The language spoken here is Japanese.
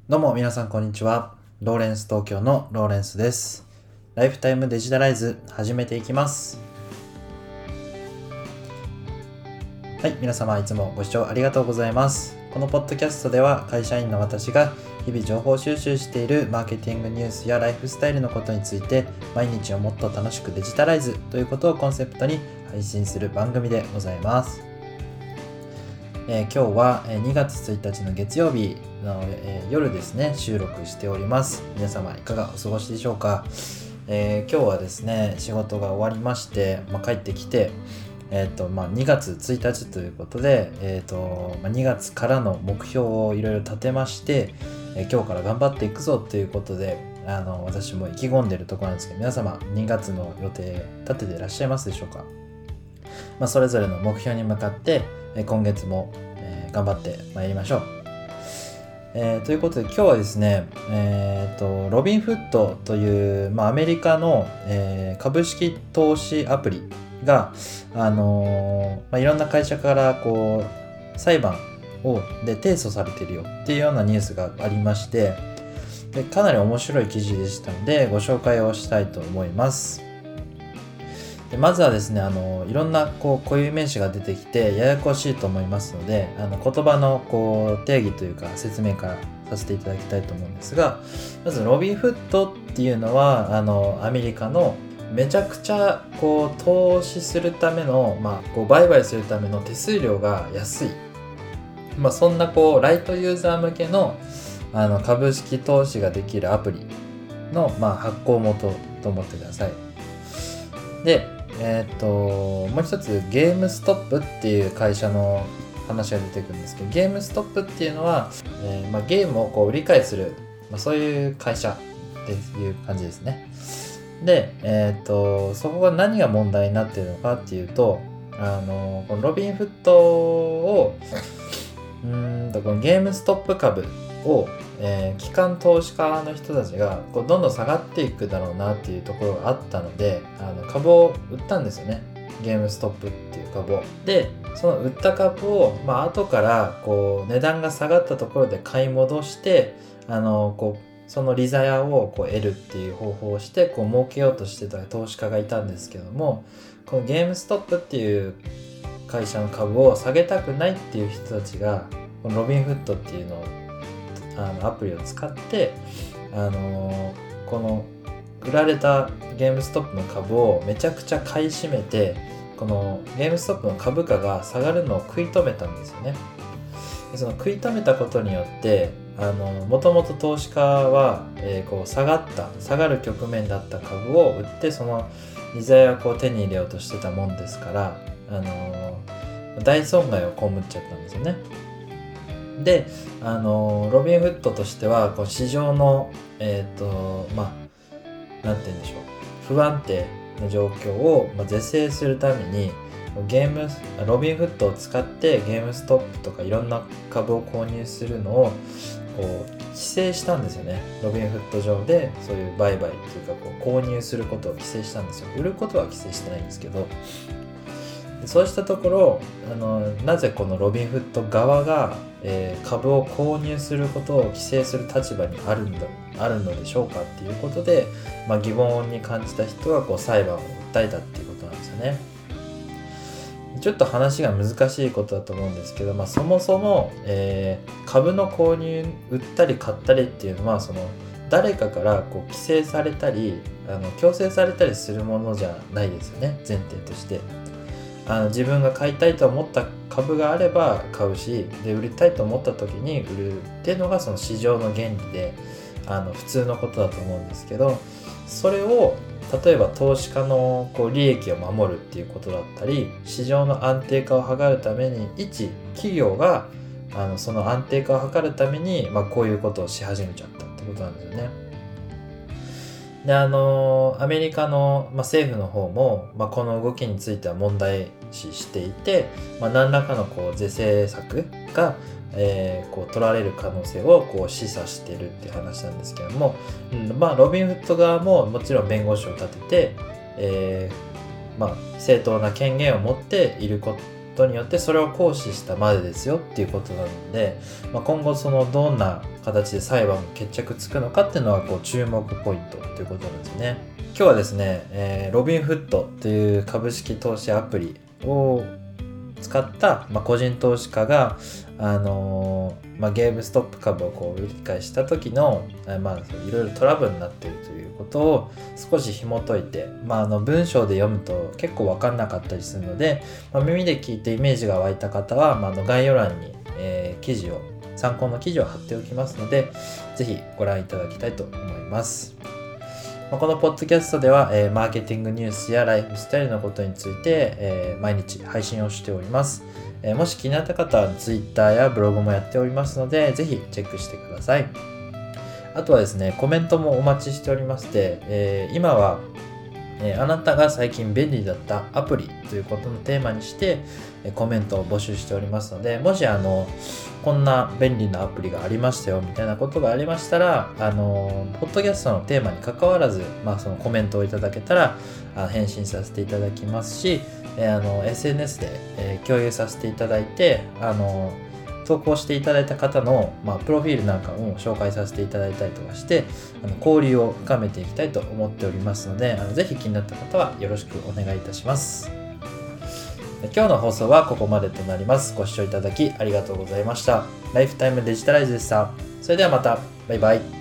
どうも皆さんこんにちは。ローレンス東京のローレンスです。ライフタイムデジタライズ始めていきます。はい、皆様いつもご視聴ありがとうございます。このポッドキャストでは会社員の私が日々情報収集しているマーケティングニュースやライフスタイルのことについて毎日をもっと楽しくデジタライズということをコンセプトに配信する番組でございます。今日は2月1日の月曜日の夜ですね、収録しております。皆様いかがお過ごしでしょうか。今日はですね、仕事が終わりまして、帰ってきて、2月1日ということで、2月からの目標をいろいろ立てまして、今日から頑張っていくぞということで、私も意気込んでいるところなんですけど、皆様2月の予定立てていらっしゃいますでしょうか。それぞれの目標に向かって今月も頑張ってまいりましょう。ということで今日はですね、ロビンフットという、アメリカの、株式投資アプリが、いろんな会社からこう裁判で提訴されているよっていうようなニュースがありまして、でかなり面白い記事でしたのでご紹介をしたいと思います。でまずはですね、いろんな固有名詞が出てきてややこしいと思いますので、言葉の定義というか説明からさせていただきたいと思うんですが、まずロビンフットっていうのはアメリカのめちゃくちゃ投資するための、売買するための手数料が安い、そんなライトユーザー向けの株式投資ができるアプリの、発行元と思ってください。でもう一つゲームストップっていう会社の話が出てくるんですけど、ゲームストップっていうのは、ゲームを理解する、そういう会社っていう感じですね。で、そこが何が問題になっているのかっていうと、このロビンフットをこのゲームストップ株を機関投資家の人たちがどんどん下がっていくだろうなっていうところがあったので、株を売ったんですよね。ゲームストップっていう株を。でその売った株を、後から値段が下がったところで買い戻してその利ざやを得るっていう方法をして儲けようとしてた投資家がいたんですけども、このゲームストップっていう会社の株を下げたくないっていう人たちがこのロビンフットっていうのをアプリを使ってこの売られたゲームストップの株をめちゃくちゃ買い占めて、このゲームストップの株価が下がるのを食い止めたんですよね。でその食い止めたことによってもともと投資家は、下がる局面だった株を売ってその利ざやを手に入れようとしてたもんですから、大損害を被っちゃったんですよね。でロビンフットとしては市場のなんて言うんでしょう、不安定な状況を是正するためにロビンフットを使ってゲームストップとかいろんな株を購入するのを規制したんですよね。ロビンフット上でそういう売買というか購入することを規制したんですよ。売ることは規制してないんですけど、そうしたところなぜこのロビンフット側が、株を購入することを規制する立場にあるのでしょうかっていうことで、疑問に感じた人が裁判を訴えたっていうことなんですよね。ちょっと話が難しいことだと思うんですけど、そもそも、株の購入売ったり買ったりっていうのは誰かから規制されたり強制されたりするものじゃないですよね。前提として自分が買いたいと思った株があれば買うし、で売りたいと思った時に売るっていうのがその市場の原理で普通のことだと思うんですけど、それを例えば投資家の利益を守るっていうことだったり、市場の安定化を図るために一企業がその安定化を図るために、こういうことをし始めちゃったってことなんですよね。でアメリカの、政府の方も、この動きについては問題視していて、何らかの是正策が、取られる可能性を示唆しているっていう話なんですけども、ロビンフット側ももちろん弁護士を立てて、正当な権限を持っていることによってそれを行使したまでですよっていうことなので、今後どんな形で裁判が決着つくのかっていうのは注目ポイントということなんですね。今日はですね、ロビンフットという株式投資アプリを使った、個人投資家がゲームストップ株を売り買いした時の、いろいろトラブルになっているということを少し紐解いて、文章で読むと結構分かんなかったりするので、耳で聞いてイメージが湧いた方は、概要欄に、参考の記事を貼っておきますので、ぜひご覧いただきたいと思います。このポッドキャストでは、マーケティングニュースやライフスタイルのことについて、毎日配信をしております。もし気になった方は Twitter やブログもやっておりますので、ぜひチェックしてください。あとはですね、コメントもお待ちしておりまして、今は、あなたが最近便利だったアプリということのテーマにしてコメントを募集しておりますので、もしこんな便利なアプリがありましたよみたいなことがありましたら、ポッドキャストのテーマに関わらず、そのコメントをいただけたら返信させていただきますし、SNS で、共有させていただいて、投稿していただいた方の、プロフィールなんかも紹介させていただいたりとかして交流を深めていきたいと思っておりますので、ぜひ気になった方はよろしくお願いいたします。今日の放送はここまでとなります。ご視聴いただきありがとうございました。ライフタイムデジタライズでした。それではまた。バイバイ。